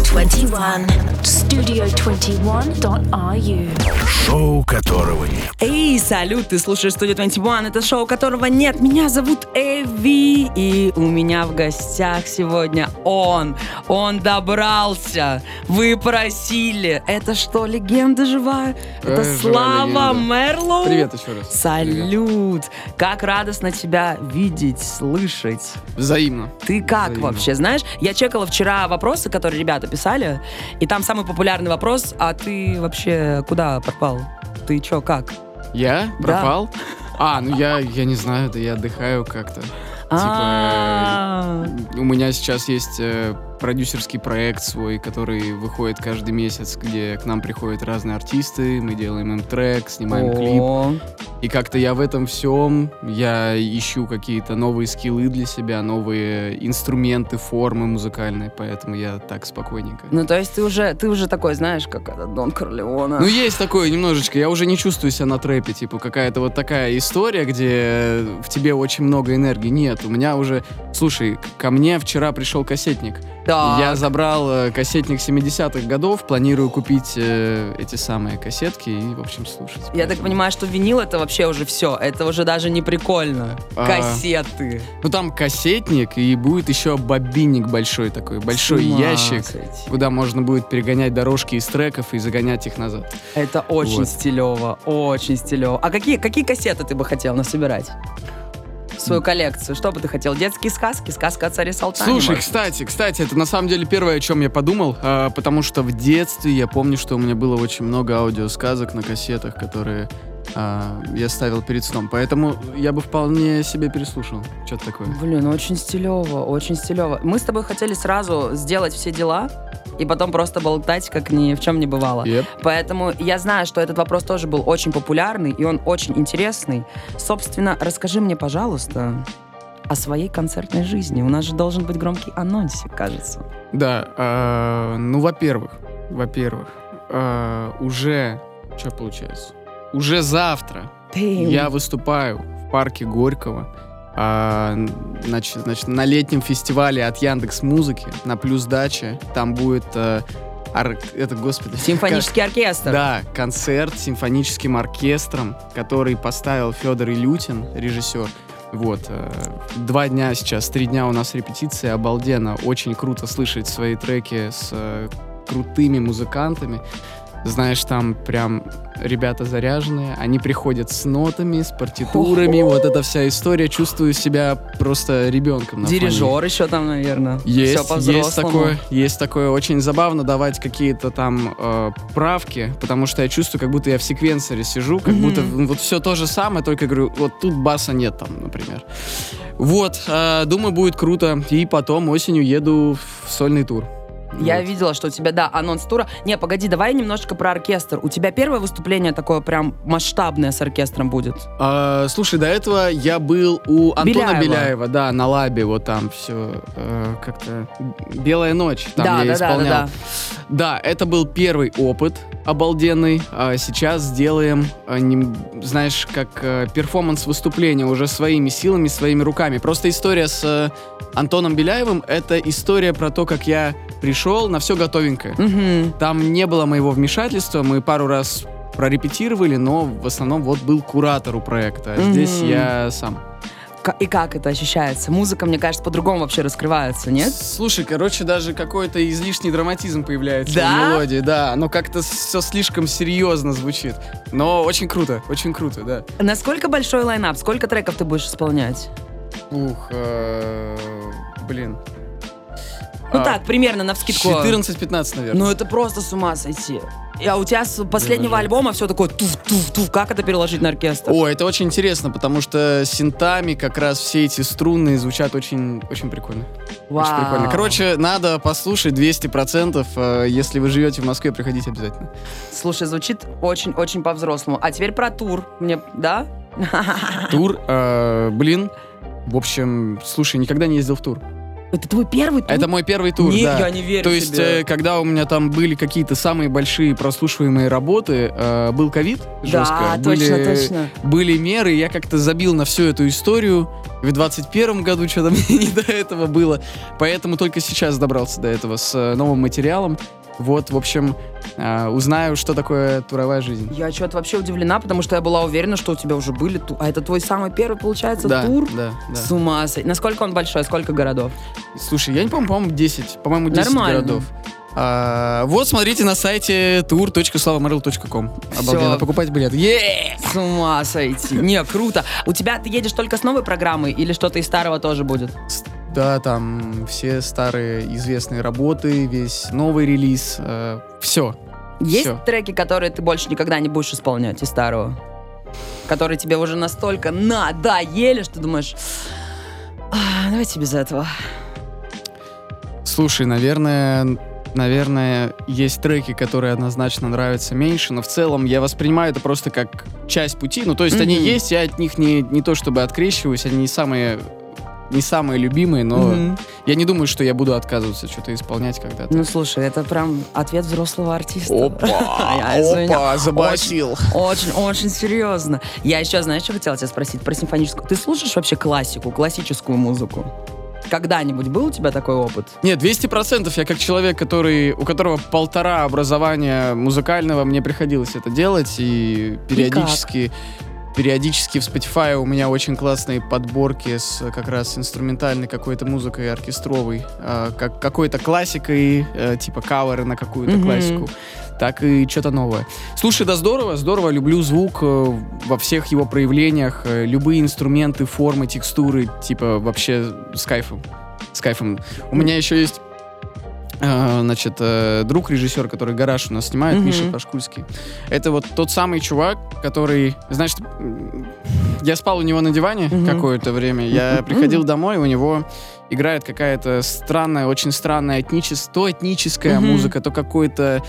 21. Studio21.ru. Шоу, которого нет. Эй, салют, ты слушаешь Studio 21, это шоу, которого нет. Меня зовут Эви, и у меня в гостях сегодня он добрался, вы просили. Это что, легенда живая? Это Слава Мерлоу? Привет еще раз. Салют. Привет. Как радостно тебя видеть, слышать. Взаимно. Ты как Взаимно. Вообще, знаешь? Я чекала вчера вопросы, которые ребята писали, и там самый популярный вопрос: а ты вообще куда пропал? Ты чё, как? Я? Да. Пропал? Я не знаю, да я отдыхаю как-то. У меня сейчас есть продюсерский проект свой, который выходит каждый месяц, где к нам приходят разные артисты, мы делаем им трек, снимаем клип. И как-то я в этом всем, я ищу какие-то новые скиллы для себя, новые инструменты, формы музыкальные, поэтому я так спокойненько. Ну, то есть ты уже такой, знаешь, как этот Дон Корлеона. Ну, есть такое немножечко. Я уже не чувствую себя на трэпе, типа какая-то вот такая история, где в тебе очень много энергии. Нет, у меня уже... Слушай, ко мне вчера пришел кассетник. Так. Я забрал кассетник 70-х годов, планирую купить эти самые кассетки и, в общем, слушать. Я так понимаю, что винил — это вообще уже все. Это уже даже не прикольно. Кассеты. Ну, там кассетник, и будет еще бобинник большой такой, большой ящик, куда можно будет перегонять дорожки из треков и загонять их назад. Это очень стилево, очень стилево. А какие кассеты ты бы хотел насобирать? Свою коллекцию. Что бы ты хотел? Детские сказки? Сказка о царе Салтане? Слушай, кстати, это на самом деле первое, о чем я подумал, потому что в детстве я помню, что у меня было очень много аудиосказок на кассетах, которые я ставил перед сном. Поэтому я бы вполне себе переслушал. Что-то такое. Блин, очень стилево, очень стилево. Мы с тобой хотели сразу сделать все дела и потом просто болтать, как ни в чем не бывало. Yep. Поэтому я знаю, что этот вопрос тоже был очень популярный, и он очень интересный. Собственно, расскажи мне, пожалуйста, о своей концертной жизни. У нас же должен быть громкий анонсик, кажется. Да, во-первых, уже, что получается? Уже завтра я выступаю в парке Горького, значит, на летнем фестивале от Яндекс.Музыки на Плюс Даче. Там будет симфонический оркестр. Да, концерт с симфоническим оркестром, который поставил Федор Илютин, режиссер. Вот, 2 дня сейчас, 3 дня у нас репетиции, обалденно, очень круто слышать свои треки с крутыми музыкантами. Знаешь, там прям ребята заряженные, они приходят с нотами, с партитурами, вот эта вся история, чувствую себя просто ребенком на фоне. Дирижер еще там, наверное. Есть такое, очень забавно давать какие-то там правки, потому что я чувствую, как будто я в секвенсоре сижу, как будто вот все то же самое, только говорю, вот тут баса нет там, например. Вот, думаю, будет круто, и потом осенью еду в сольный тур. Я видела, что у тебя, да, анонс тура. Не, погоди, давай немножко про оркестр. У тебя первое выступление такое прям масштабное с оркестром будет? Слушай, до этого я был у Антона Беляева, да, на лабе, вот там все как-то «Белая ночь», там я исполнял. Да, это был первый опыт обалденный. Сейчас сделаем, знаешь, как перформанс выступления уже своими силами, своими руками. Просто история с Антоном Беляевым — это история про то, как я пришел на все готовенькое. Там не было моего вмешательства, мы пару раз прорепетировали, но в основном вот был куратор у проекта, а здесь я сам. И как это ощущается? Музыка, мне кажется, по-другому вообще раскрывается, нет? Слушай, даже какой-то излишний драматизм появляется в мелодии, да, но как-то все слишком серьезно звучит. Но очень круто, да. Насколько большой лайнап? Сколько треков ты будешь исполнять? Блин. Ну так, примерно, навскидку. 14-15, наверное. Ну это просто с ума сойти. А у тебя с последнего альбома все такое туф-туф-туф. Как это переложить на оркестр? О, это очень интересно, потому что синтами как раз все эти струнные звучат очень, очень прикольно. Вау. Очень прикольно. Короче, надо послушать 200%. Если вы живете в Москве, приходите обязательно. Слушай, звучит очень-очень по-взрослому. А теперь про тур. Да? Тур? В общем, слушай, никогда не ездил в тур. Это твой первый тур? Это мой первый тур, Нет, да. Я не верю То есть, когда у меня там были какие-то самые большие прослушиваемые работы, был ковид жестко. Да, точно. Были меры, я как-то забил на всю эту историю. В 21 году что-то мне не до этого было. Поэтому только сейчас добрался до этого с новым материалом. Вот, в общем, узнаю, что такое туровая жизнь. Я что-то вообще удивлена, потому что я была уверена, что у тебя уже были тур. А это твой самый первый, получается, тур? Да. С ума сойти. Насколько он большой? Сколько городов? Слушай, я не помню, по-моему, 10. По-моему, 10 городов. Вот, смотрите на сайте tour.slavamarl.com. Обалденно, покупать билет. С ума сойти. Не, круто. У тебя, ты едешь только с новой программой или что-то из старого тоже будет? Да, там все старые известные работы, весь новый релиз, все. Есть треки, которые ты больше никогда не будешь исполнять из старого? Которые тебе уже настолько надоели, что думаешь, давайте без этого. Слушай, наверное, есть треки, которые однозначно нравятся меньше, но в целом я воспринимаю это просто как часть пути. Ну, то есть они есть, я от них не то чтобы открещиваюсь, они не самые любимые, но я не думаю, что я буду отказываться что-то исполнять когда-то. Ну, слушай, это прям ответ взрослого артиста. Опа, забасил. Очень серьезно. Я еще, знаешь, что хотела тебя спросить про симфоническую? Ты слушаешь вообще классическую музыку? Когда-нибудь был у тебя такой опыт? Нет, 200%. Я как человек, у которого 1,5 образования музыкального, мне приходилось это делать, и периодически в Spotify у меня очень классные подборки с как раз инструментальной какой-то музыкой, оркестровой, какой-то классикой, типа каверы на какую-то классику, так и что-то новое. Слушай, да здорово, люблю звук во всех его проявлениях, любые инструменты, формы, текстуры, типа вообще с кайфом. У меня еще есть друг, режиссер, который «Гараж» у нас снимает, Миша Пашкульский. Это вот тот самый чувак, который, значит, я спал у него на диване какое-то время, я приходил домой, у него играет какая-то странная, очень странная этническая музыка, то какое-то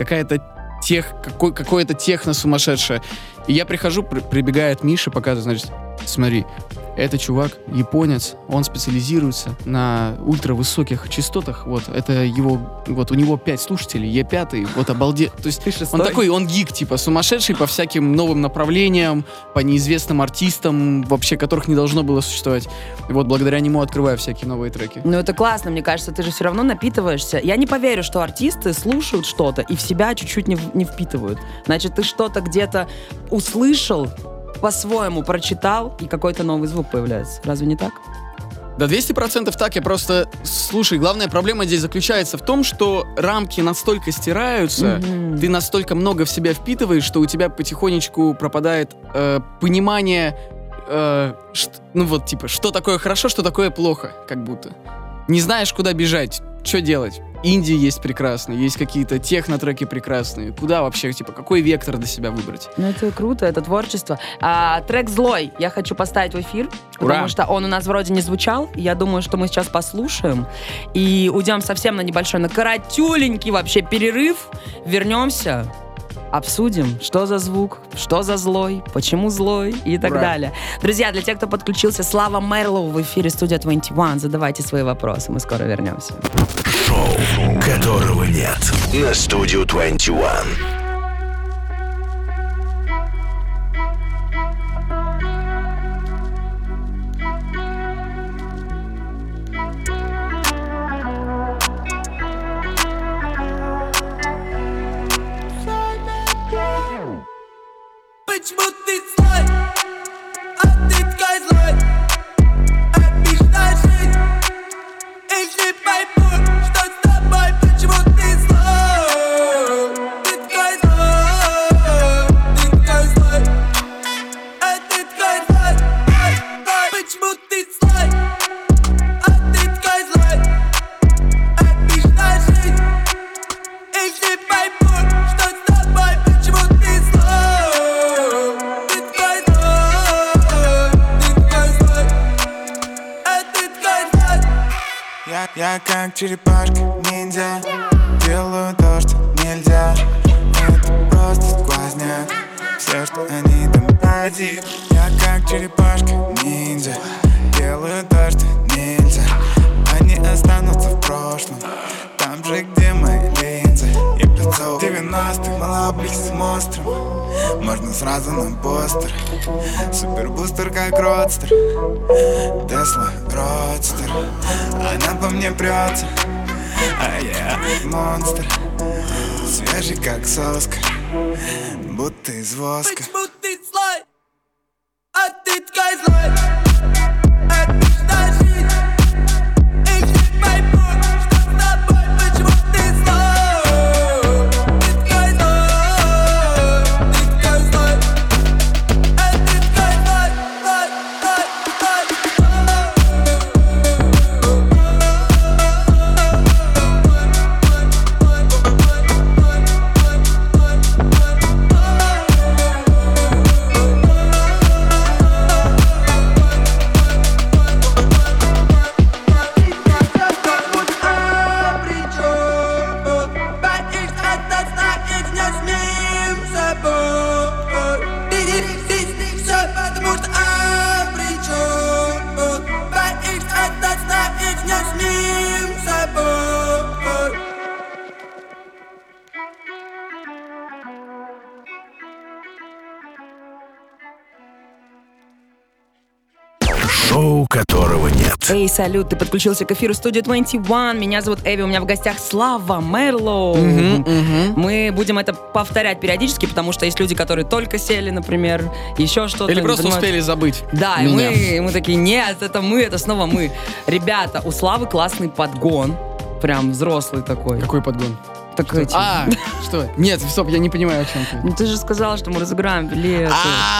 техно сумасшедшее. И я прихожу, прибегает Миша, показывает, значит, смотри, это чувак, японец, он специализируется на ультравысоких частотах, вот, это его, вот, у него 5 слушателей, Е5, вот, обалдеть, то есть он такой, он гик, типа, сумасшедший по всяким новым направлениям, по неизвестным артистам, вообще, которых не должно было существовать, и вот, благодаря нему открываю всякие новые треки. Ну, это классно, мне кажется, ты же все равно напитываешься. Я не поверю, что артисты слушают что-то и в себя чуть-чуть не впитывают. Значит, ты что-то где-то услышал, по-своему прочитал, и какой-то новый звук появляется. Разве не так? Да, 200% так. Я просто... Слушай, главная проблема здесь заключается в том, что рамки настолько стираются, ты настолько много в себя впитываешь, что у тебя потихонечку пропадает понимание, что такое хорошо, что такое плохо, как будто. Не знаешь, куда бежать, что делать. Инди есть прекрасные, есть какие-то техно-треки прекрасные. Куда вообще, какой вектор для себя выбрать? Ну, это круто, это творчество. Трек «Злой» я хочу поставить в эфир, потому что он у нас вроде не звучал. Я думаю, что мы сейчас послушаем и уйдем совсем на небольшой, на коротюленький вообще перерыв. Вернемся, обсудим, что за звук, что за злой, почему злой и так далее. Друзья, для тех, кто подключился, Слава Мэрлоу в эфире «Студия 21». Задавайте свои вопросы, мы скоро вернемся. Шоу, которого нет, на «Студию 21». Почему ты злой? А ты такой злой. Обижена жизнь. Если пойму, что с тобой, почему ты злой? Ты такой злой. Ты такой злой. А ты такой злой. Почему ты злой? А ты такой злой. Обижена жизнь. Если пойму, что с тобой, почему ты злой? Я как черепашка, ниндзя, делаю то, что нельзя. Это просто сквозняк, все, что они там один. Я как черепашка, ниндзя, делаю то, что нельзя. Они останутся в прошлом. Там же, где мои линзы. Я лицо в 90-х, была близ с монстром. Можно сразу на постер. Супербустер как родстер. Тесла родстер. Она по мне прется, а я монстр. Свежий как соска, будто из воска. Почему ты злой? А ты такая злой. А ты считаешь жизнь? И не пойму, что с тобой. Почему ты злой? Ты такая злой. Ты такая злой. А ты такая злой. Шоу, которого нет. Эй, салют, ты подключился к эфиру студии 21. Меня зовут Эви, у меня в гостях Слава Мерлоу. Мы будем это повторять периодически, потому что есть люди, которые только сели, например, еще что-то. Или просто успели забыть. Да, и мы такие, нет, это мы, это снова мы. Ребята, у Славы классный подгон. Прям взрослый такой. Какой подгон? Такой, что? Нет, стоп, я не понимаю, о чем ты. Ну ты же сказал, что мы разыграем билеты.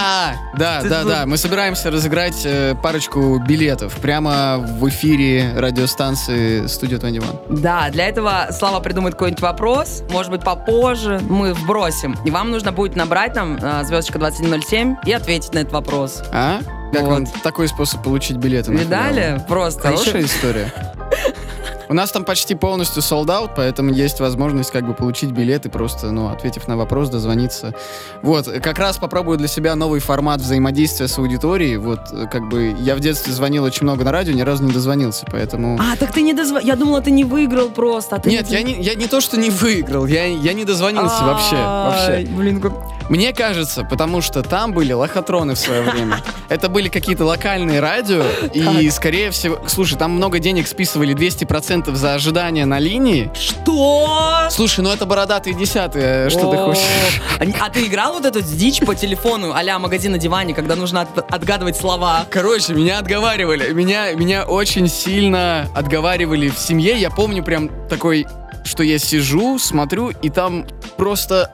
Да. Мы собираемся разыграть парочку билетов прямо в эфире радиостанции Studio 21. Да, для этого Слава придумает какой-нибудь вопрос, может быть, попозже мы вбросим. И вам нужно будет набрать нам звездочка 2107 и ответить на этот вопрос. Как вот. он такой способ получить билеты? Видали? Просто. Хорошая история. У нас там почти полностью sold out, поэтому есть возможность как бы получить билеты, просто, ответив на вопрос, дозвониться. Вот, как раз попробую для себя новый формат взаимодействия с аудиторией. Вот, как бы, я в детстве звонил очень много на радио, ни разу не дозвонился, поэтому... Так ты не дозвонился. Я думала, ты не выиграл просто. Нет, я не то, что не выиграл, я не дозвонился вообще. Блин, как... Мне кажется, потому что там были лохотроны в свое время. Это были какие-то локальные радио, и, скорее всего... Слушай, там много денег списывали, 200% за ожидание на линии. Что? Слушай, это бородатые десятые, что ты хочешь? А ты играл вот эту дичь по телефону а-ля магазин на диване, когда нужно отгадывать слова? Короче, меня отговаривали. Меня очень сильно отговаривали в семье. Я помню прям такой, что я сижу, смотрю, и там просто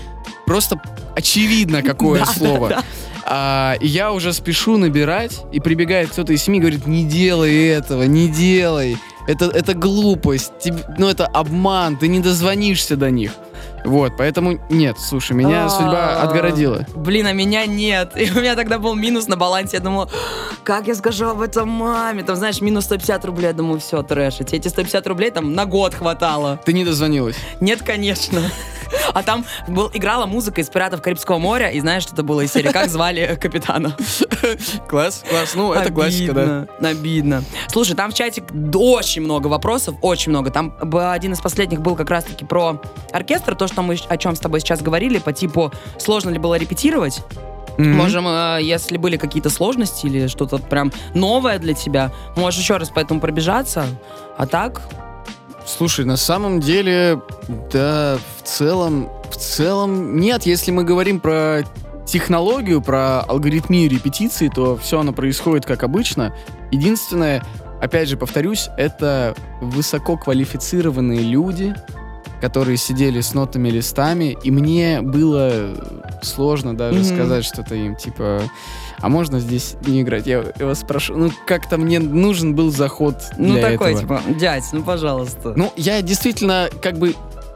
очевидно, какое слово. И я уже спешу набирать, и прибегает кто-то из семьи и говорит: не делай этого, не делай. Это глупость, это обман, ты не дозвонишься до них. Вот, поэтому нет, слушай, меня судьба отгородила. Блин, а меня нет. И у меня тогда был минус на балансе. Я думала, как я скажу об этом маме? Там, знаешь, минус 150 рублей. Я думаю, все, трэш. И эти 150 рублей там на год хватало. Ты не дозвонилась? Нет, конечно. А там играла музыка из «Пиратов Карибского моря», и знаешь, что это было из серии «Как звали капитана». Класс. Это классика, да. Обидно. Слушай, там в чате очень много вопросов, очень много. Там один из последних был как раз-таки про оркестр, то, что мы о чем с тобой сейчас говорили, по типу, сложно ли было репетировать. Можем, если были какие-то сложности или что-то прям новое для тебя, можешь еще раз по этому пробежаться. А так... Слушай, на самом деле, да, в целом нет. Если мы говорим про технологию, про алгоритмию репетиции, то все оно происходит как обычно. Единственное, опять же, повторюсь, это высококвалифицированные люди, которые сидели с нотными листами, и мне было сложно даже сказать что-то им, типа... А можно здесь не играть? Я вас прошу. Как-то мне нужен был заход для этого. Типа, дядь, пожалуйста. Я действительно,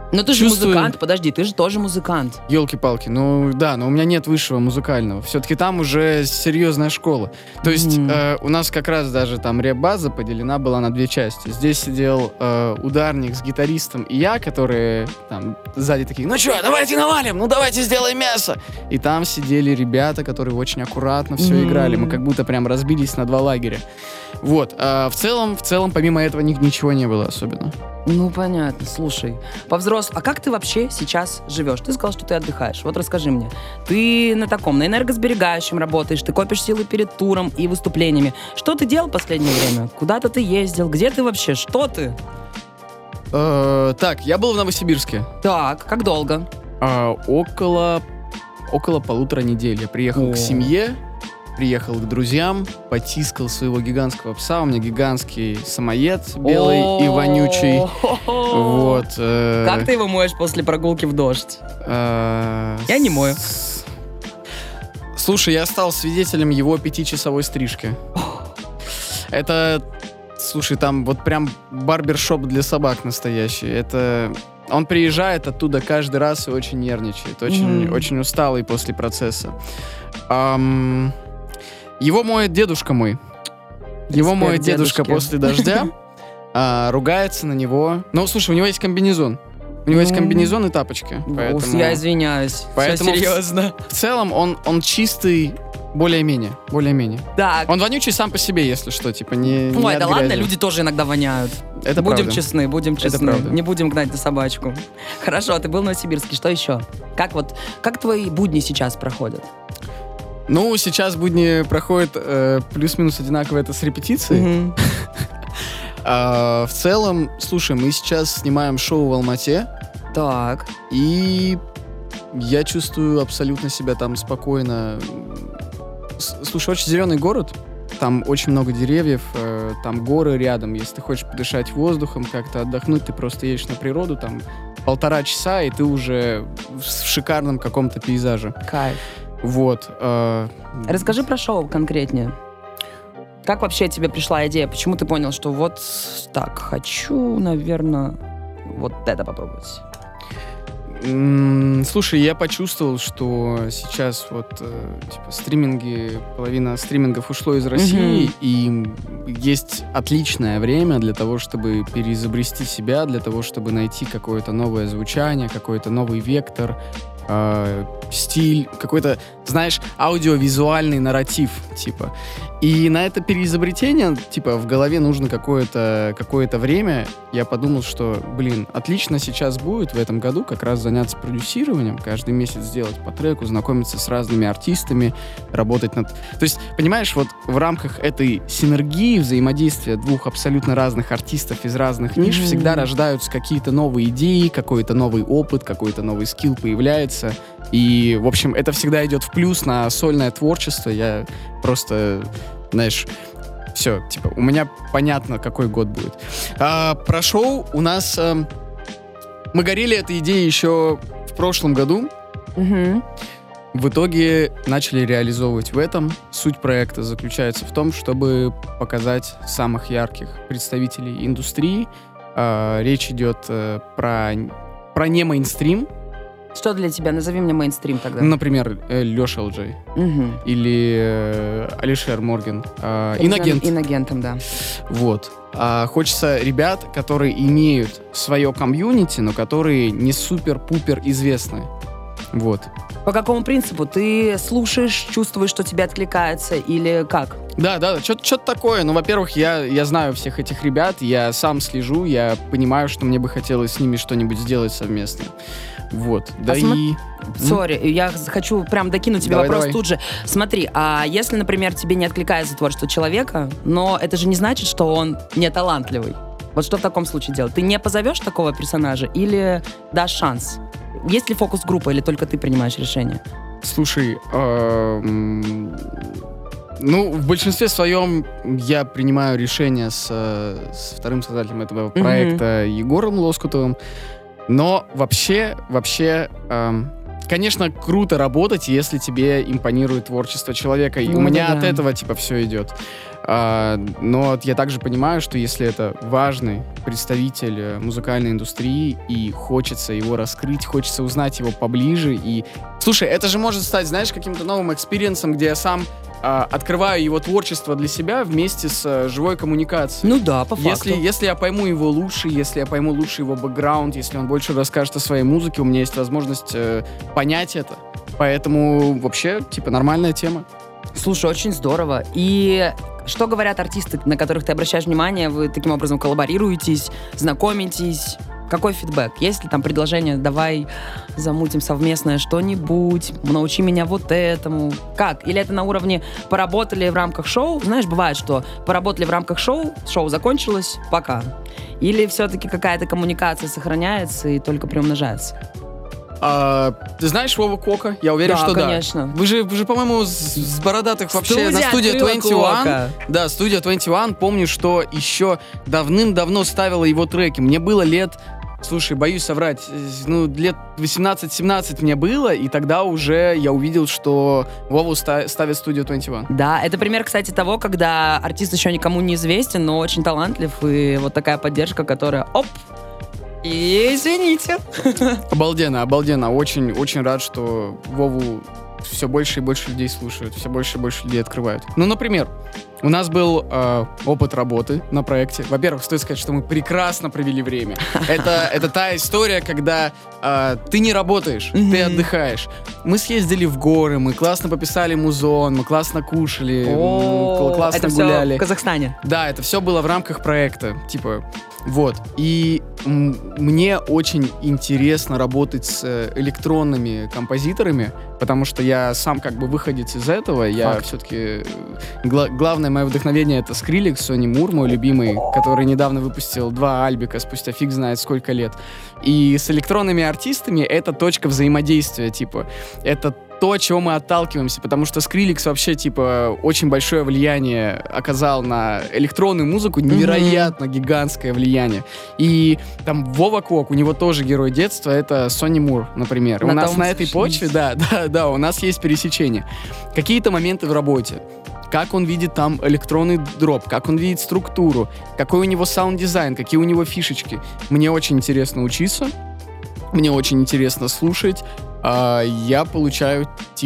Но ты же музыкант, подожди, ты же тоже музыкант. Ёлки-палки, ну да, но у меня нет высшего музыкального. Все-таки там уже серьезная школа. То есть у нас как раз даже там реп-база поделена была на 2 части. Здесь сидел ударник с гитаристом и я, которые там сзади такие: ну что, давайте навалим, ну давайте сделаем мясо. И там сидели ребята, которые очень аккуратно все играли. Мы как будто прям разбились на 2 лагеря. Вот. В целом, помимо этого ничего не было особенно. Ну, понятно. Слушай, а как ты вообще сейчас живешь? Ты сказал, что ты отдыхаешь. Вот расскажи мне. Ты на энергосберегающем работаешь, ты копишь силы перед туром и выступлениями. Что ты делал в последнее время? Куда-то ты ездил? Где ты вообще? Что ты? Так, я был в Новосибирске. Так, как долго? Около 1,5 недели. Я приехал к семье, приехал к друзьям, потискал своего гигантского пса. У меня гигантский самоед белый и вонючий. Вот. Как ты его моешь после прогулки в дождь? Я не мою. Слушай, я стал свидетелем его 5-часовой стрижки. Это, слушай, там вот прям барбершоп для собак настоящий. Это... Он приезжает оттуда каждый раз и очень нервничает. Очень усталый после процесса. Его моет дедушка мой. Его моет дедушка после дождя, ругается на него. Ну, слушай, у него есть комбинезон. У него есть комбинезон и тапочки. Поэтому... Я извиняюсь. Поэтому все серьезно. В целом он чистый более-менее. Так. Он вонючий сам по себе, если что. Типа не Ой, от да грязи. ладно, люди тоже иногда воняют. Это будем правда. честны. Это правда. Не будем гнать на собачку. Хорошо, ты был в Новосибирске. Что еще? Как твои будни сейчас проходят? Ну, сейчас будни проходят плюс-минус одинаково, это с репетицией. В целом, слушай, мы сейчас снимаем шоу в Алмате. Так. И я чувствую абсолютно себя там спокойно. Слушай, очень зеленый город. Там очень много деревьев, там горы рядом. Если ты хочешь подышать воздухом, как-то отдохнуть, ты просто едешь на природу, там 1,5 часа, и ты уже в шикарном каком-то пейзаже. Кайф. Вот. Расскажи про шоу конкретнее. Как вообще тебе пришла идея? Почему ты понял, что вот так, хочу, наверное, вот это попробовать? Слушай, я почувствовал, что сейчас вот стриминги, половина стримингов ушло из России, и есть отличное время для того, чтобы переизобрести себя, для того, чтобы найти какое-то новое звучание, какой-то новый вектор, стиль, какой-то, знаешь, аудиовизуальный нарратив, типа. И на это переизобретение, типа, в голове нужно какое-то время. Я подумал, что, отлично сейчас будет в этом году как раз заняться продюсированием, каждый месяц сделать по треку, знакомиться с разными артистами, работать над... То есть, понимаешь, вот в рамках этой синергии, взаимодействия 2 абсолютно разных артистов из разных ниш всегда рождаются какие-то новые идеи, какой-то новый опыт, какой-то новый скилл появляется. И, в общем, это всегда идет в плюс на сольное творчество. Я просто, знаешь, все, типа, у меня понятно, какой год будет. Про шоу у нас... мы горели этой идеей еще в прошлом году. В итоге начали реализовывать в этом. Суть проекта заключается в том, чтобы показать самых ярких представителей индустрии. Речь идет про не мейнстрим. Что для тебя? Назови мне мейнстрим тогда. Например, Леша Элджей. Или Алишер Морген. Инагент. Инагентом, да. Вот. Хочется ребят, которые имеют свое комьюнити, но которые не супер-пупер известны. Вот. По какому принципу? Ты слушаешь, чувствуешь, что тебе откликается, или как? Да, что-то такое. Ну, во-первых, я знаю всех этих ребят, я сам слежу, я понимаю, что мне бы хотелось с ними что-нибудь сделать совместно. Вот. Сори, я хочу прям докинуть тебе вопрос тут же. Смотри, а если, например, тебе не откликается творчество человека, но это же не значит, что он не талантливый. Вот что в таком случае делать? Ты не позовешь такого персонажа или дашь шанс? Есть ли фокус-группа, или только ты принимаешь решение? Слушай, в большинстве своем я принимаю решение с вторым создателем этого проекта Егором Лоскутовым. Но вообще, конечно, круто работать, если тебе импонирует творчество человека. И у меня от этого, все идет. Но я также понимаю, что если это важный представитель музыкальной индустрии и хочется его раскрыть, хочется узнать его поближе. И слушай, это же может стать, знаешь, каким-то новым экспириенсом, где я сам открываю его творчество для себя вместе с живой коммуникацией. Ну да, по факту. Если я пойму его лучше, если я пойму лучше его бэкграунд, если он больше расскажет о своей музыке, у меня есть возможность понять это. Поэтому вообще, нормальная тема. Слушай, очень здорово. И что говорят артисты, на которых ты обращаешь внимание? Вы таким образом коллаборируетесь, знакомитесь? Какой фидбэк? Есть ли там предложение, давай замутим совместное что-нибудь, научи меня вот этому? Как? Или это на уровне поработали в рамках шоу? Знаешь, бывает, что поработали в рамках шоу закончилось, пока. Или все-таки какая-то коммуникация сохраняется и только приумножается? Ты знаешь Вову Кока? Я уверен, что конечно. Да. Вы же, по-моему, с бородатых вообще на студии 21. Да, студия 21. Помню, что еще давным-давно ставила его треки. Мне было лет... Слушай, боюсь соврать, лет 18-17 мне было, и тогда уже я увидел, что Вову ставит студию 21. Да, это пример, кстати, того, когда артист еще никому не известен, но очень талантлив, и вот такая поддержка, которая и извините. Обалденно. Очень, очень рад, что Вову все больше и больше людей слушают, все больше и больше людей открывают. Например, у нас был опыт работы на проекте. Во-первых, стоит сказать, что мы прекрасно провели время. Это та история, когда ты не работаешь, ты отдыхаешь. Мы съездили в горы, мы классно пописали музон, мы классно кушали, классно это гуляли. Все в Казахстане? Да, это все было в рамках проекта. Вот. И мне очень интересно работать с электронными композиторами, потому что я сам выходец из этого. Я все-таки... Главное мое вдохновение — это Skrillex, Sonny Moore, мой любимый, который недавно выпустил 2 альбика спустя фиг знает сколько лет. И с электронными артистами это точка взаимодействия, это то, от чего мы отталкиваемся, потому что Skrillex вообще, очень большое влияние оказал на электронную музыку, невероятно гигантское влияние. И там Вова Кок, у него тоже герой детства, это Sonny Moore, например. У нас на этой почве, да, у нас есть пересечение. Какие-то моменты в работе. Как он видит там электронный дроп, как он видит структуру, какой у него саунд-дизайн, какие у него фишечки. Мне очень интересно учиться, мне очень интересно слушать. Я получаю,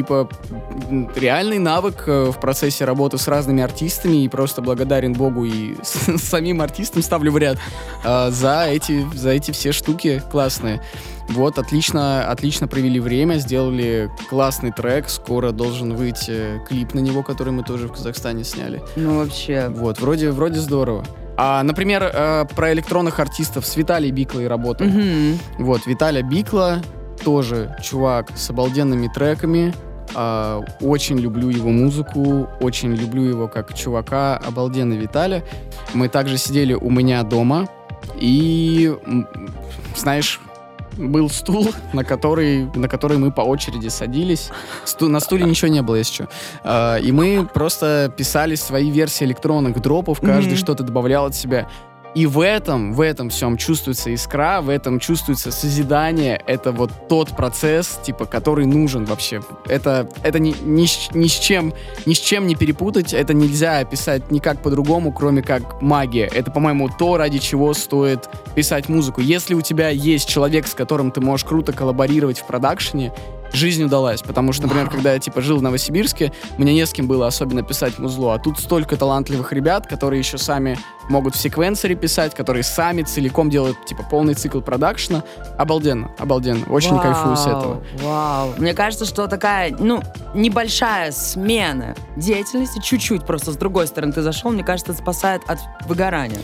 реальный навык в процессе работы с разными артистами и просто благодарен Богу и самим артистам ставлю в ряд за эти все штуки классные. Вот, отлично провели время, сделали классный трек, скоро должен выйти клип на него, который мы тоже в Казахстане сняли. Вообще. Вот, вроде здорово. Например, про электронных артистов с Виталией Биклой работал. Вот, Виталя Бикла, тоже чувак с обалденными треками. Очень люблю его музыку, очень люблю его как чувака. Обалденный Виталя. Мы также сидели у меня дома, и, знаешь, был стул, на который мы по очереди садились. На стуле ничего не было, если что. И мы просто писали свои версии электронных дропов, каждый что-то добавлял от себя. И в этом всем чувствуется искра, в этом чувствуется созидание. Это вот тот процесс, который нужен вообще. Это ни с чем не перепутать. Это нельзя описать никак по-другому, кроме как магия. Это, по-моему, то, ради чего стоит писать музыку. Если у тебя есть человек, с которым ты можешь круто коллаборировать в продакшене, жизнь удалась, потому что, например, когда я жил в Новосибирске, мне не с кем было особенно писать музло, а тут столько талантливых ребят, которые еще сами могут в секвенсоре писать, которые сами целиком делают полный цикл продакшена. Обалденно. Очень кайфую с этого. Вау. Мне кажется, что такая, небольшая смена деятельности, чуть-чуть просто с другой стороны ты зашел, мне кажется, это спасает от выгорания.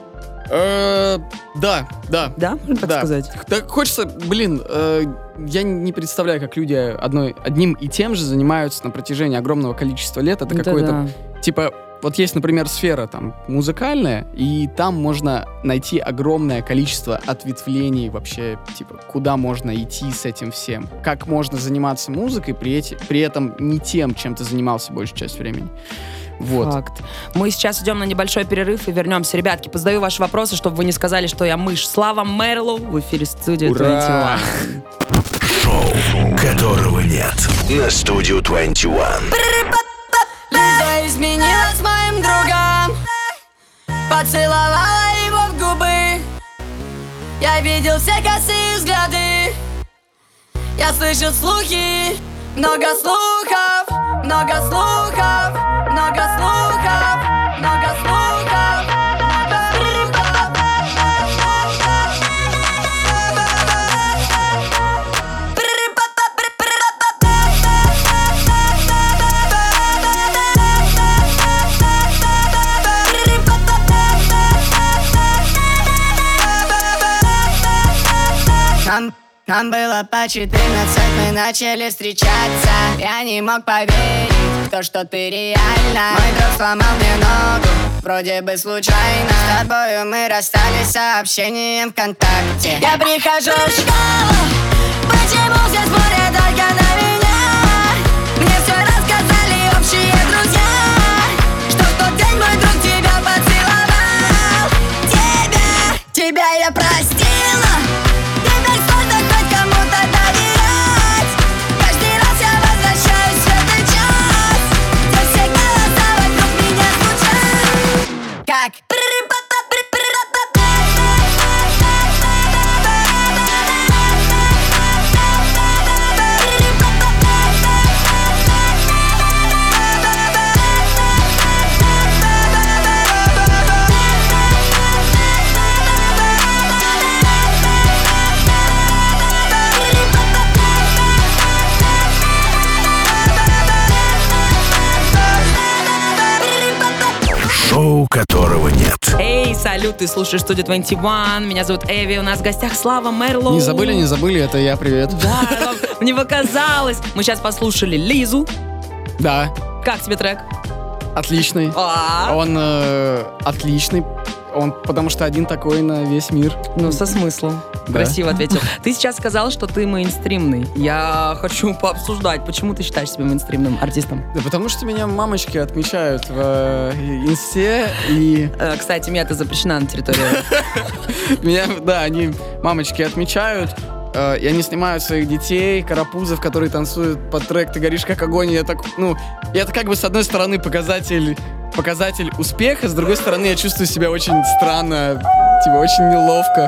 Да. Да, можно так сказать? Так хочется, я не представляю, как люди одним и тем же занимаются на протяжении огромного количества лет. Это какое-то, вот есть, например, сфера музыкальная, и там можно найти огромное количество ответвлений вообще, куда можно идти с этим всем. Как можно заниматься музыкой, при этом не тем, чем ты занимался большую часть времени. Вот. Факт. Мы сейчас идем на небольшой перерыв и вернемся. Ребятки, позадаю ваши вопросы, чтобы вы не сказали, что я мышь. Слава Мэрлоу в эфире студии 21. Шоу, которого нет, на студию 21. Лиза изменилась моим другом. поцеловала его в губы. Я видел все косые взгляды, я слышал слухи, много слухов, много слухов, много слухов, много слухов, много слухов. Нам было по 14, мы начали встречаться. Я не мог поверить в то, что ты реально. Мой друг сломал мне ногу, вроде бы случайно. С тобою мы расстались сообщением ВКонтакте. Я прихожу в школу, почему все смотрят только на меня? Мне все рассказали общие друзья, что в тот день мой друг тебя поцеловал. Тебя я простила. Теперь сложно хоть кому-то доверять. Каждый раз я возвращаюсь в этот час, где все голоса вокруг меня звучат как Шоу, которого нет. Эй, салют, ты слушаешь Студию 21. Меня зовут Эви, у нас в гостях Слава Мэрлоу. Не забыли, это я, привет. Да, вам не показалось. Мы сейчас послушали Лизу. Да. Как тебе трек? Отличный. Он отличный. Он потому что один такой на весь мир. Ну, со смыслом. Да. Красиво ответил. Ты сейчас сказал, что ты мейнстримный. Я хочу пообсуждать, почему ты считаешь себя мейнстримным артистом? Да потому что меня мамочки отмечают в инсте и... Кстати, мета запрещена на территории. Меня, да, они мамочки отмечают, и они снимают своих детей, карапузов, которые танцуют под трек «Ты горишь как огонь». И это как бы с одной стороны показатель успеха, с другой стороны я чувствую себя очень странно, типа очень неловко.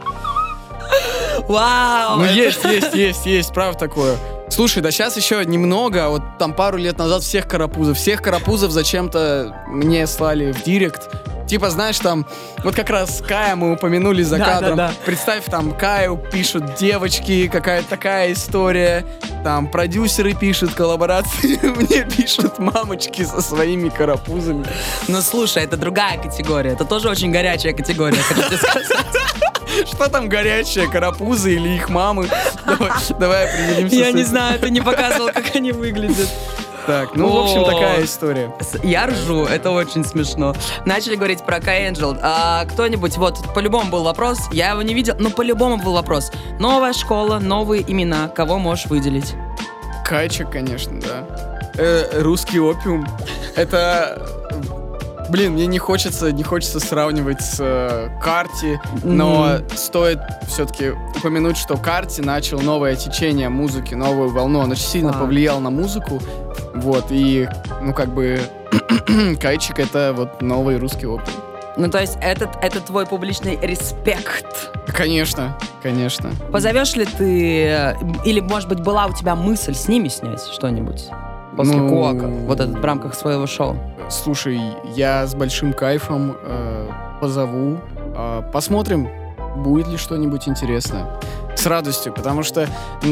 Вау! Ну есть, правда такое. Слушай, да сейчас еще немного, вот там пару лет назад всех карапузов зачем-то мне слали в директ. Типа, знаешь, там, вот как раз Кая мы упомянули за кадром. Да. Представь, там, Каю пишут девочки, какая-то такая история. Там, продюсеры пишут коллаборации, мне пишут мамочки со своими карапузами. Ну, слушай, это другая категория. Это тоже очень горячая категория, хочу тебе сказать. Что там горячее, карапузы или их мамы? Давай определимся. Я не знаю, ты не показывал, как они выглядят. Так, ну, в общем, такая история. Я ржу, это очень смешно. Начали говорить про Кай Энджел. Кто-нибудь, вот, по-любому был вопрос, я его не видел, но по-любому был вопрос. Новая школа, новые имена, кого можешь выделить? Кайчик, конечно, да. Русский опиум. Это... Блин, мне не хочется сравнивать с Карти, но стоит все-таки упомянуть, что Карти начал новое течение музыки, новую волну. Он очень сильно повлиял на музыку. Вот, и, ну, как бы, Кайчик — это вот новый русский опиум. Ну, то есть это твой публичный респект? Конечно. Позовешь ли ты, или, может быть, была у тебя мысль с ними снять что-нибудь? После Куака, вот этот в рамках своего шоу. Слушай, я с большим кайфом позову. Посмотрим, будет ли что-нибудь интересное. С радостью, потому что...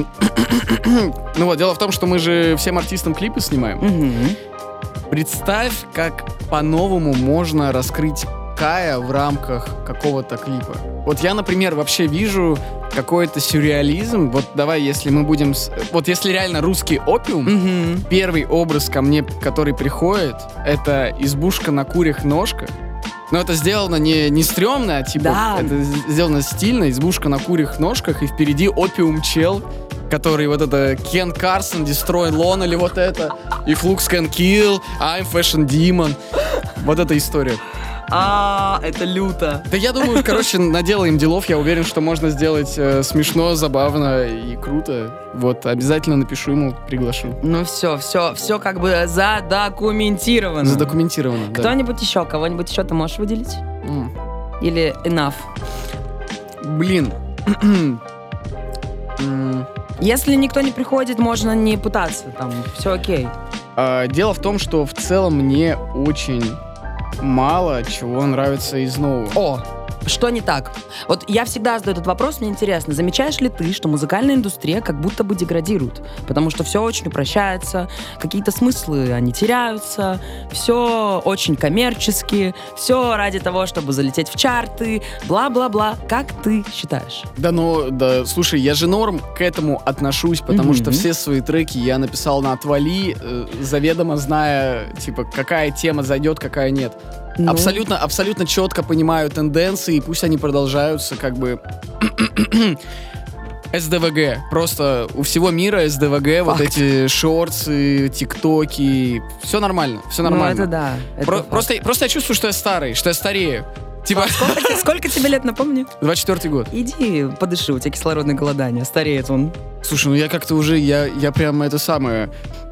Ну вот, дело в том, что мы же всем артистам клипы снимаем. Представь, как по-новому можно раскрыть Кая в рамках какого-то клипа. Вот я, например, вообще вижу какой-то сюрреализм. Вот давай, если мы будем... Вот если реально русский опиум, первый образ ко мне, который приходит, это избушка на курьих ножках. Но это сделано не стрёмно, а типа... Да. Это сделано стильно, избушка на курьих ножках, и впереди опиум чел, который вот это Кен Карсон, Destroy Lon или вот это, и Flux Can Kill, I'm Fashion Demon. Вот эта история. Это люто. Да я думаю, короче, наделаем делов. Я уверен, что можно сделать смешно, забавно и круто. Вот, обязательно напишу ему, приглашу. Ну все как бы задокументировано. Задокументировано, да. Кто-нибудь еще, кого-нибудь еще ты можешь выделить? Или enough? Блин. Если никто не приходит, можно не пытаться, там, все окей. Дело в том, что в целом мне очень мало чего нравится из нового. О, что не так? Вот я всегда задаю этот вопрос, мне интересно, замечаешь ли ты, что музыкальная индустрия как будто бы деградирует? Потому что все очень упрощается, какие-то смыслы, они теряются, все очень коммерчески, все ради того, чтобы залететь в чарты, бла-бла-бла. Как ты считаешь? Да, слушай, я же норм к этому отношусь, потому что все свои треки я написал на отвали, заведомо зная, типа, какая тема зайдет, какая нет. Ну. Абсолютно четко понимаю тенденции, и пусть они продолжаются, как бы... СДВГ. Просто у всего мира СДВГ, вот эти шортсы, тиктоки. Все нормально, все нормально. Ну, это да. Просто я чувствую, что я старый, что я старею. Типа... Сколько тебе лет, напомни? 24-й год. Иди подыши, у тебя кислородное голодание, стареет он. Слушай, ну я как-то уже, я прям это самое...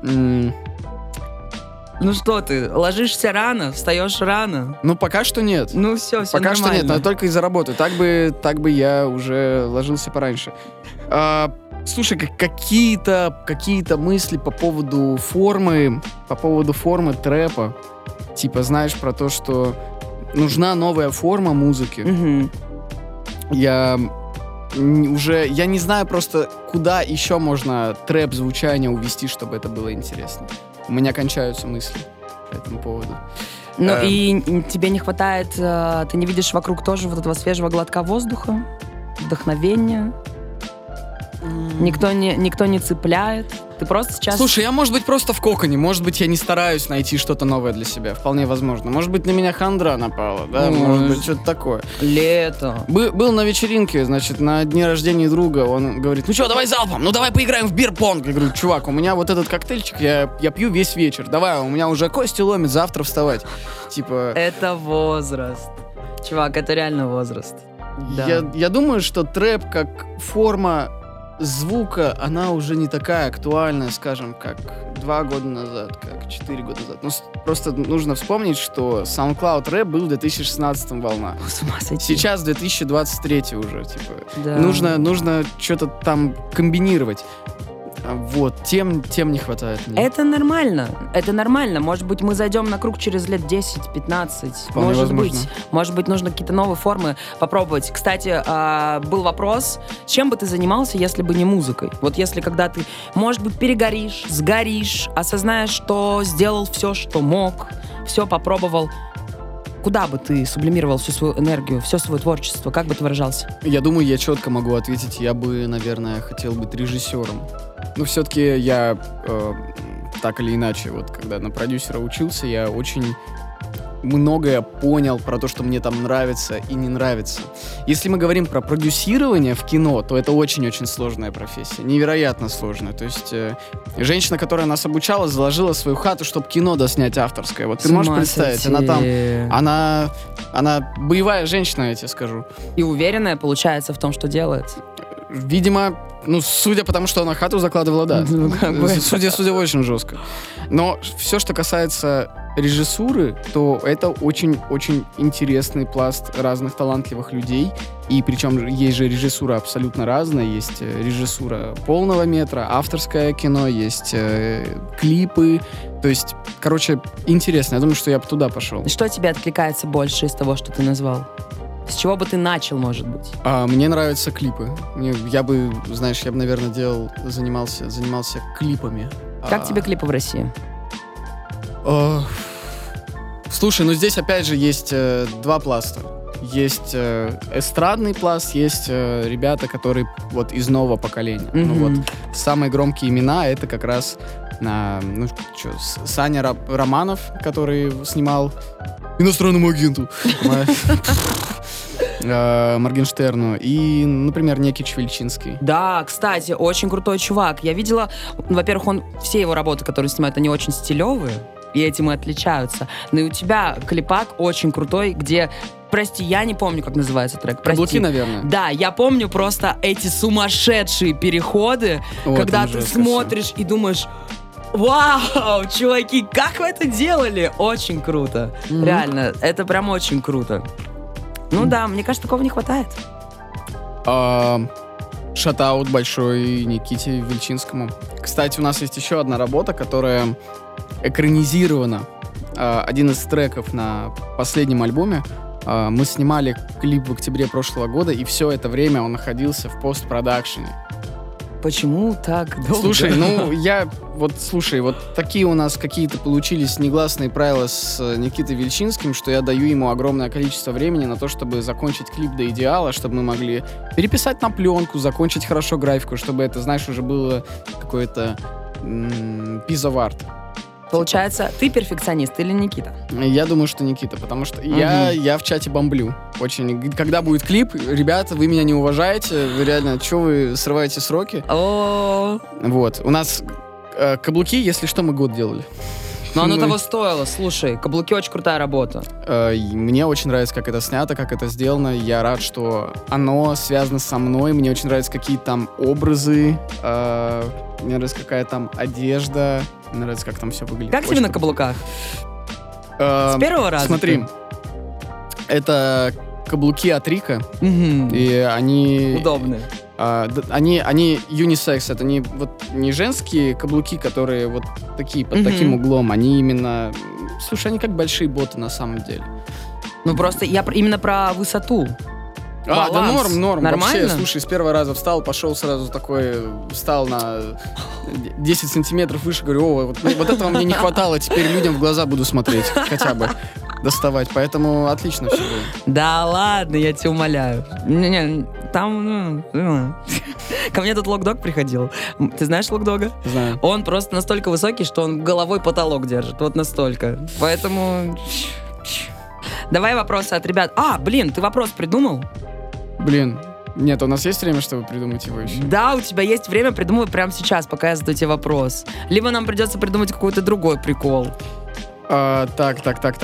Ну что ты, ложишься рано, встаешь рано? Ну, пока что нет. Ну все пока нормально. Что нет, но только из-за работы. Так бы я уже ложился пораньше. Слушай, какие-то мысли по поводу формы трэпа. Типа, знаешь, про то, что нужна новая форма музыки. Угу. Я не знаю просто, куда еще можно трэп-звучание увести, чтобы это было интересно. У меня кончаются мысли по этому поводу. Ну и тебе не хватает, ты не видишь вокруг тоже вот этого свежего глотка воздуха, вдохновения? Никто не цепляет? Ты просто сейчас... Слушай, я, может быть, просто в коконе. Может быть, я не стараюсь найти что-то новое для себя. Вполне возможно. Может быть, на меня хандра напала, да? Может быть, что-то такое. Лето. Был на вечеринке, значит, на дне рождения друга. Он говорит, ну что, давай залпом, ну давай поиграем в бир-понг. Я говорю, чувак, у меня вот этот коктейльчик, я пью весь вечер. Давай, у меня уже кости ломит, завтра вставать. Типа... Это возраст. Чувак, это реально возраст. Да. Я думаю, что трэп как форма звука, она уже не такая актуальная, скажем, как 2 года назад, как 4 года назад. Ну, просто нужно вспомнить, что SoundCloud рэп был в 2016 волна. С ума сойти. Сейчас 2023 уже, типа. Да. Нужно что-то там комбинировать. Вот, тем не хватает мне. Это нормально. Может быть, мы зайдем на круг через лет 10-15. Может быть, нужно какие-то новые формы попробовать. Кстати, был вопрос, чем бы ты занимался, если бы не музыкой? Вот если когда ты, может быть, перегоришь, сгоришь, осознаешь, что сделал все, что мог, все попробовал, куда бы ты сублимировал всю свою энергию, все свое творчество? Как бы ты выражался? Я думаю, я четко могу ответить. Я бы, наверное, хотел быть режиссером. Но все-таки я так или иначе, вот когда на продюсера учился, я очень многое понял про то, что мне там нравится и не нравится. Если мы говорим про продюсирование в кино, то это очень-очень сложная профессия, невероятно сложная. То есть женщина, которая нас обучала, заложила свою хату, чтобы кино доснять авторское. Вот ты можешь представить, она боевая женщина, я тебе скажу. И уверенная, получается, в том, что делает. Видимо, судя по тому, что она хату закладывала, да. Судя очень жестко. Но все, что касается режиссуры, то это очень-очень интересный пласт разных талантливых людей. И причем есть же режиссура абсолютно разная. Есть режиссура полного метра, авторское кино, есть клипы. То есть, короче, интересно. Я думаю, что я бы туда пошел. Что тебе откликается больше из того, что ты назвал? С чего бы ты начал, может быть? Мне нравятся клипы. Я бы, наверное, занимался клипами. Как тебе клипы в России? Слушай, здесь опять же есть 2 пласта. Есть эстрадный пласт, есть ребята, которые вот из нового поколения. Mm-hmm. Ну вот самые громкие имена — это как раз Саня Романов, который снимал «Иностранному агенту» Моргенштерну и, например, Некич Вильчинский. Да, кстати, очень крутой чувак. Я видела, во-первых, все его работы, которые снимают, они очень стилевые, и этим и отличаются. Но и у тебя клипак очень крутой, где... Прости, я не помню, как называется трек. Каблуки, наверное. Да, я помню просто эти сумасшедшие переходы, когда ты смотришь и думаешь... Вау, чуваки, как вы это делали? Очень круто. Mm-hmm. Реально, это прям очень круто. Ну да, мне кажется, такого не хватает. Шатаут большой Никите Вильчинскому. Кстати, у нас есть еще одна работа, которая экранизирована. Один из треков на последнем альбоме. Мы снимали клип в октябре прошлого года, и все это время он находился в постпродакшене. Почему так долго? Слушай, вот такие у нас какие-то получились негласные правила с Никитой Вильчинским, что я даю ему огромное количество времени на то, чтобы закончить клип до идеала, чтобы мы могли переписать на пленку, закончить хорошо графику, чтобы это, знаешь, уже было какое-то piece of art. Получается, ты перфекционист или Никита? Я думаю, что Никита, потому что я в чате бомблю очень. Когда будет клип, ребята, вы меня не уважаете, вы реально, что вы срываете сроки? Вот, у нас каблуки, если что, мы год делали. Но оно того стоило, слушай, каблуки очень крутая работа. Мне очень нравится, как это снято, как это сделано. Я рад, что оно связано со мной. Мне очень нравятся какие-то там образы, мне нравится какая там одежда, мне нравится, как там все выглядит. Как тебе на каблуках? С первого раза? Смотри, это каблуки от Рика, и они... Удобные. Они юнисекс, это не женские каблуки, которые вот такие, под таким углом, они именно... Слушай, они как большие боты на самом деле. Ну просто я именно про высоту. Да норм. Нормально? Вообще, слушай, с первого раза встал, пошел сразу такой, встал на 10 сантиметров выше, говорю, вот этого мне не хватало, теперь людям в глаза буду смотреть, хотя бы доставать, поэтому отлично все было. Да ладно, я тебя умоляю. Там, ко мне тут Локдог приходил. Ты знаешь Локдога? Знаю. Он просто настолько высокий, что он головой потолок держит, вот настолько. Поэтому... Давай вопросы от ребят. Ты вопрос придумал? Нет, у нас есть время, чтобы придумать его еще? Да, у тебя есть время, придумай прямо сейчас, пока я задаю тебе вопрос. Либо нам придется придумать какой-то другой прикол. Так.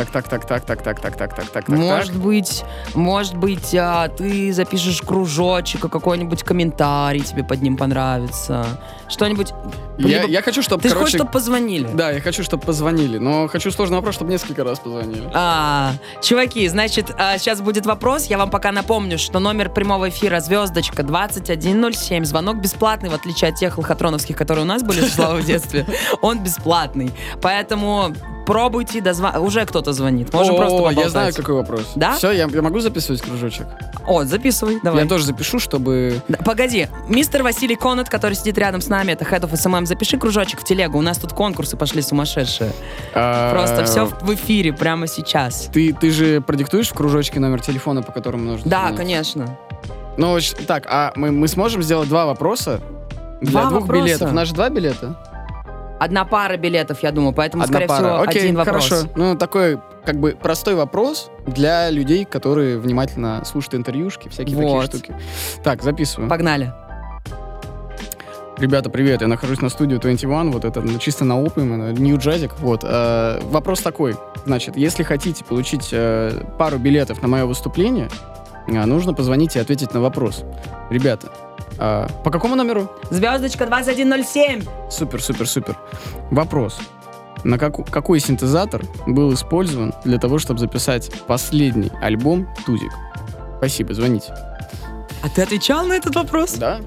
Может быть, ты запишешь кружочек, и какой-нибудь комментарий тебе под ним понравится. Что-нибудь... Я хочу, чтобы, Ты хочешь, чтобы позвонили? Да, я хочу, чтобы позвонили, но хочу сложный вопрос, чтобы несколько раз позвонили. Чуваки, значит, сейчас будет вопрос. Я вам пока напомню, что номер прямого эфира звездочка 2107. Звонок бесплатный, в отличие от тех лохотроновских, которые у нас были, Слава, в детстве. Он бесплатный. Поэтому... Пробуйте, уже кто-то звонит. Можем просто поболтать. Я знаю, какой вопрос. Да? Все, я могу записывать кружочек? Записывай, давай. Я тоже запишу, чтобы... Погоди, мистер Василий Конат, который сидит рядом с нами, это Head of SMM, запиши кружочек в телегу, у нас тут конкурсы пошли сумасшедшие. Просто все в эфире прямо сейчас. Ты же продиктуешь в кружочке номер телефона, по которому нужно? Да, конечно. Ну, так, мы сможем сделать 2 вопроса для 2 билетов? У нас же 2 билета? Одна пара билетов, я думаю, поэтому, скорее всего, один вопрос. Хорошо. Ну, такой, как бы, простой вопрос для людей, которые внимательно слушают интервьюшки, всякие такие штуки. Так, записываю. Погнали. Ребята, привет, я нахожусь на студию 21, вот это чисто на опыме, нью-джазик. Вопрос такой, значит, если хотите получить пару билетов на мое выступление, нужно позвонить и ответить на вопрос. Ребята, по какому номеру? Звездочка 2107. Супер. Вопрос. На какой синтезатор был использован для того, чтобы записать последний альбом «Тузик»? Спасибо, звоните. А ты отвечал на этот вопрос? Да.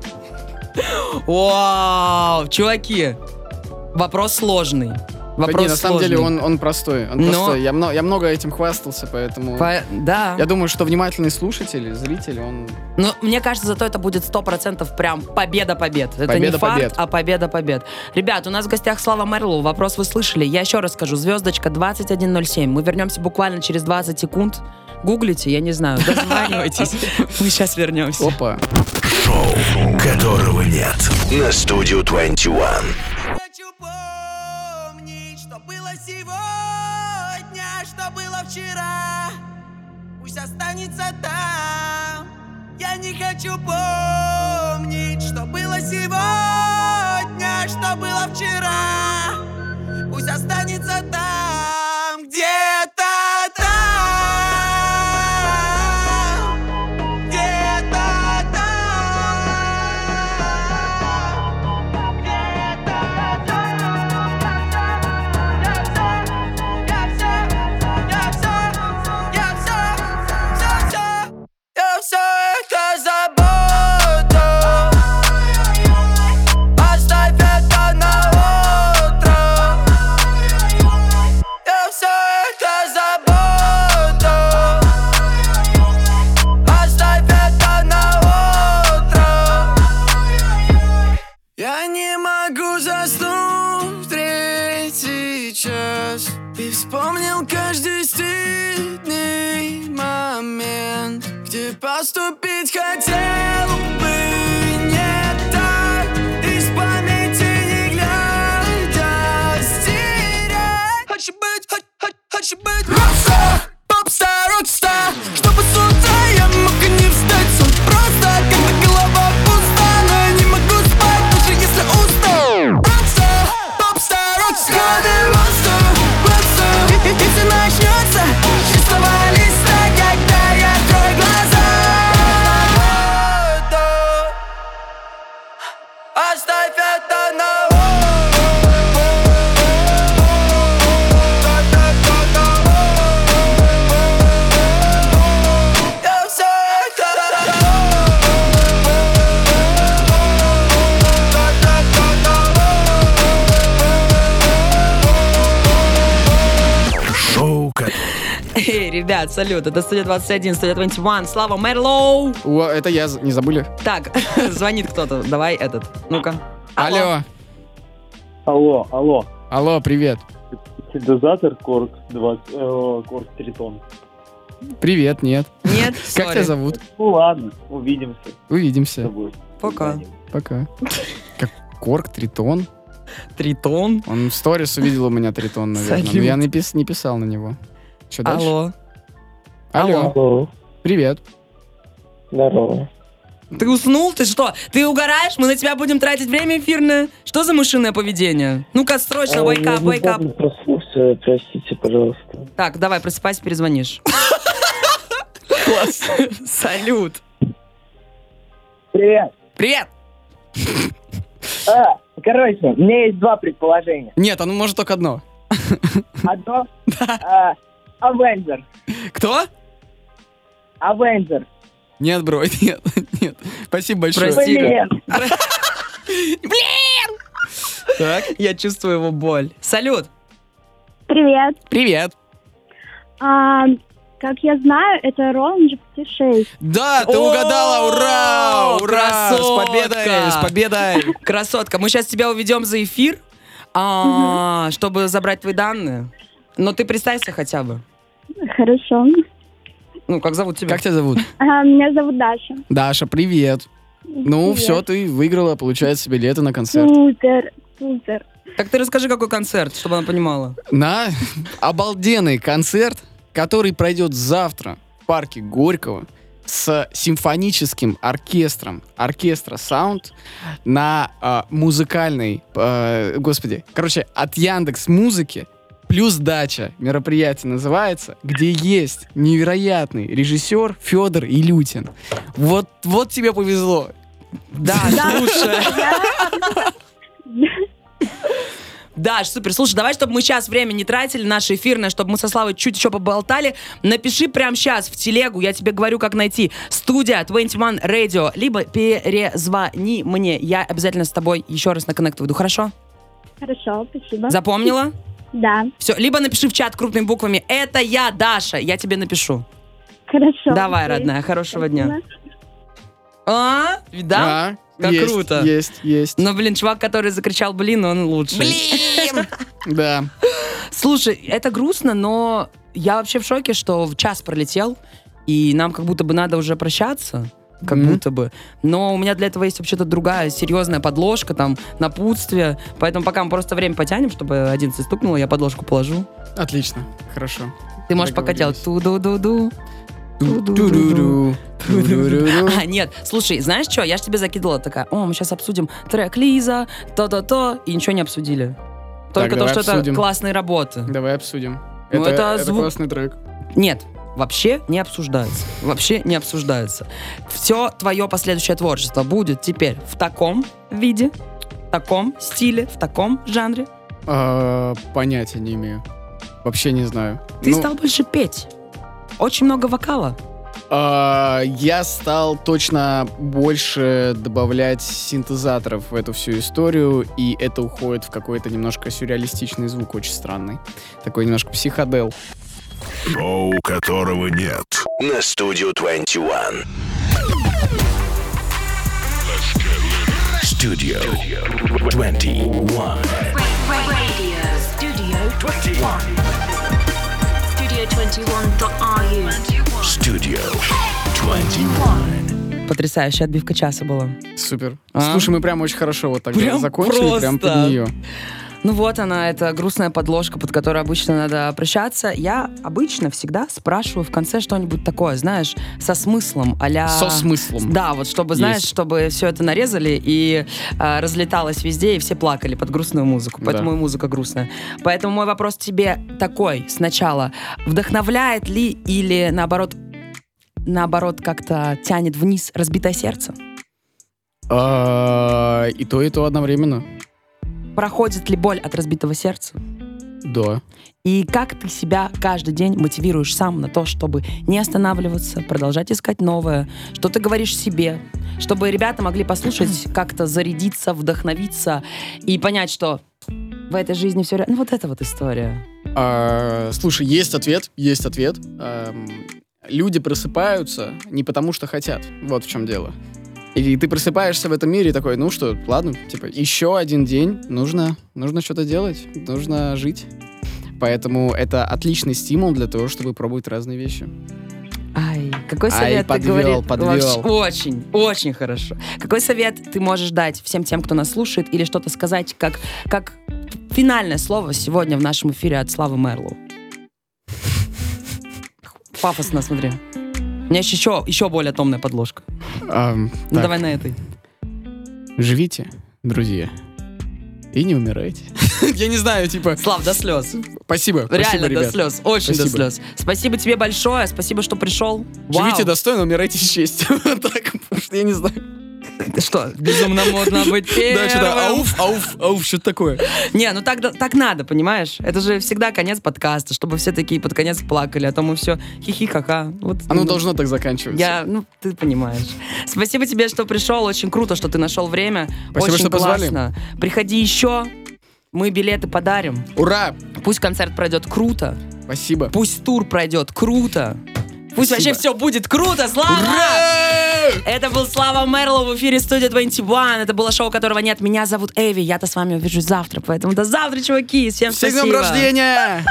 Вау, чуваки, вопрос сложный. На самом деле он простой. Я много этим хвастался, поэтому... Да. Я думаю, что внимательный слушатель, зритель, он... Но мне кажется, зато это будет 100% прям победа-побед. Это не факт, а победа-побед. Ребят, у нас в гостях Слава Мэрлоу. Вопрос вы слышали. Я еще раз скажу. Звездочка 2107. Мы вернемся буквально через 20 секунд. Гуглите, я не знаю. Дозванивайтесь. Мы сейчас вернемся. Опа. Шоу, которого нет. На студию 21. Было сегодня, что было вчера, пусть останется там. Я не хочу помнить, что было сегодня, что было вчера, пусть останется там, где-то там. Вспомнил каждый стыдный момент, где поступить хотел бы не так, из памяти не глядя стереть. Хочу быть рокстар, попстар, рокстар, чтобы с утра я мог и не встать. Сон просто, когда голова пуста, но я не могу спать, даже если устал. Рокстар, попстар, рокстар, годы монстр, и все начнется с чистого листа, когда я открою глаза. Оставь это на Эй, ребят, салют, это Студия 21, Студия 21, Слава Мэрлоу. О, это я, не забыли? Так, звонит кто-то, давай этот, ну-ка. Алло. Алло, привет. Синтезатор Korg 3 Привет, нет. Нет, Как тебя зовут? Ну ладно, увидимся. Увидимся. Пока. Пока. Как Korg 3 тонн? 3 тонн? Он в сторис увидел у меня 3 тонн, наверное. Салют. Но я не писал на него. Что дальше? Алло. Алло. Привет. Здорово. Ты уснул? Ты что? Ты угораешь? Мы на тебя будем тратить время эфирное? Что за мышиное поведение? Ну-ка, срочно, wake up, wake up. Я проснулся, простите, пожалуйста. Так, давай, просыпайся, перезвонишь. Класс. Салют. Привет. Привет. Короче, у меня есть два предположения. Нет, оно может только одно. Одно? Авенджер. Кто? Авенджер. Нет, бро, нет. Спасибо большое. Прости. Блин. Так. Я чувствую его боль. Салют. Привет. Привет. Как я знаю, это Roland GPT-6. Да, ты угадала, ура! Ура! Красотка! С победой! Красотка, мы сейчас тебя уведем за эфир, чтобы забрать твои данные. Но ты представься хотя бы. Хорошо. Ну, как зовут тебя? Как тебя зовут? Меня зовут Даша. Даша, привет. Ну, Привет. все, ты выиграла, получается, билеты на концерт. Супер. Так ты расскажи, какой концерт, чтобы она понимала. На обалденный концерт, который пройдет завтра в парке Горького с симфоническим оркестром оркестра Sound на музыкальной, от Яндекс.Музыки плюс дача мероприятие называется, где есть невероятный режиссер Федор Илютин. Вот тебе повезло. Да, слушай. Даш, супер. Слушай, давай, чтобы мы сейчас время не тратили, наше эфирное, чтобы мы со Славой чуть еще поболтали, напиши прямо сейчас в телегу, я тебе говорю, как найти Студия 21 Radio, либо перезвони мне, я обязательно с тобой еще раз на коннект выйду, хорошо? Хорошо, спасибо. Запомнила? Да. Все, либо напиши в чат крупными буквами «Это я, Даша», я тебе напишу. Хорошо. Давай, родная, хорошего дня. Да? Да, Как есть, круто. Есть. Но, чувак, который закричал «блин», он лучший. Блин! Да. Слушай, это грустно, но я вообще в шоке, что час пролетел, и нам как будто бы надо уже прощаться. Как будто бы. Но у меня для этого есть вообще-то другая серьезная подложка, там, напутствие. Поэтому пока мы просто время потянем, чтобы 11 стукнуло, я подложку положу. Отлично, хорошо. Ты можешь пока делать ту-ду-ду-ду. Ту-ду-ду-ду. Нет, слушай, знаешь что, я же тебе закидывала такая, мы сейчас обсудим трек Лиза, то-то-то, и ничего не обсудили. Только то, давай что обсудим. это классные работы. Давай обсудим. Ну, это это звук. классный трек. Нет, вообще не обсуждается. Вообще не обсуждается. Все твое последующее творчество будет теперь в таком виде, в таком стиле, в таком жанре. Понятия не имею. Вообще не знаю. Ты стал больше петь. Очень много вокала. Я стал точно больше добавлять синтезаторов в эту всю историю, и это уходит в какой-то немножко сюрреалистичный звук, очень странный. Такой немножко психодел. Шоу, которого нет. На Студию 21. Studio 21. Studio 21. Studio 21. Потрясающая отбивка часа была. Супер. Слушай, мы прям очень хорошо вот так закончили, просто. Прям под нее. Ну вот она, эта грустная подложка, под которой обычно надо прощаться. Я обычно всегда спрашиваю в конце что-нибудь такое, знаешь, со смыслом, а-ля... Со смыслом. Да, вот чтобы, знаешь, чтобы все это нарезали и разлеталось везде, и все плакали под грустную музыку. Поэтому и музыка грустная. Поэтому мой вопрос тебе такой сначала. Вдохновляет ли или наоборот как-то тянет вниз разбитое сердце? И то одновременно. Проходит ли боль от разбитого сердца? Да. И как ты себя каждый день мотивируешь сам на то, чтобы не останавливаться, продолжать искать новое? Что ты говоришь себе? Чтобы ребята могли послушать, как-то зарядиться, вдохновиться и понять, что в этой жизни все... Ну вот эта вот история. Слушай, есть ответ. Люди просыпаются не потому, что хотят. Вот в чем дело. И ты просыпаешься в этом мире и такой, ну что, ладно, типа, еще один день, нужно что-то делать, нужно жить. Поэтому это отличный стимул для того, чтобы пробовать разные вещи. Ай, какой совет ты говоришь? Подвел. Очень, очень хорошо. Какой совет ты можешь дать всем тем, кто нас слушает, или что-то сказать, как финальное слово сегодня в нашем эфире от Славы Мерлоу? Пафосно, смотри. У меня еще более томная подложка. Давай на этой. Живите, друзья, и не умирайте. Я не знаю, типа... Слав, до слез. Спасибо, реально, ребят. до слез, очень до слез. Спасибо тебе большое, спасибо, что пришел. Живите достойно, умирайте с честью. Так, потому что я не знаю. Что, безумно модно быть первым? Да, что-то ауф, что-то такое. Не, ну так надо, понимаешь? Это же всегда конец подкаста, чтобы все такие под конец плакали, а то мы все хихи-ха-ха. Вот, оно должно так заканчиваться. Ты понимаешь. Спасибо тебе, что пришел, очень круто, что ты нашел время. Спасибо, очень что классно. позвали. Приходи еще, мы билеты подарим. Ура! Пусть концерт пройдет круто. Спасибо. Пусть тур пройдет круто. Пусть вообще все будет круто, Слава! Ура! Это был Слава Мерлоу в эфире Studio 21. Это было шоу, которого нет. Меня зовут Эви. Я-то с вами увижусь завтра. Поэтому до завтра, чуваки. Всем спасибо. С днем рождения!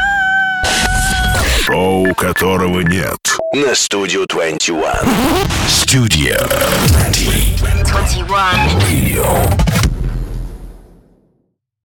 Шоу, которого нет. На Studio 21. Studio 21.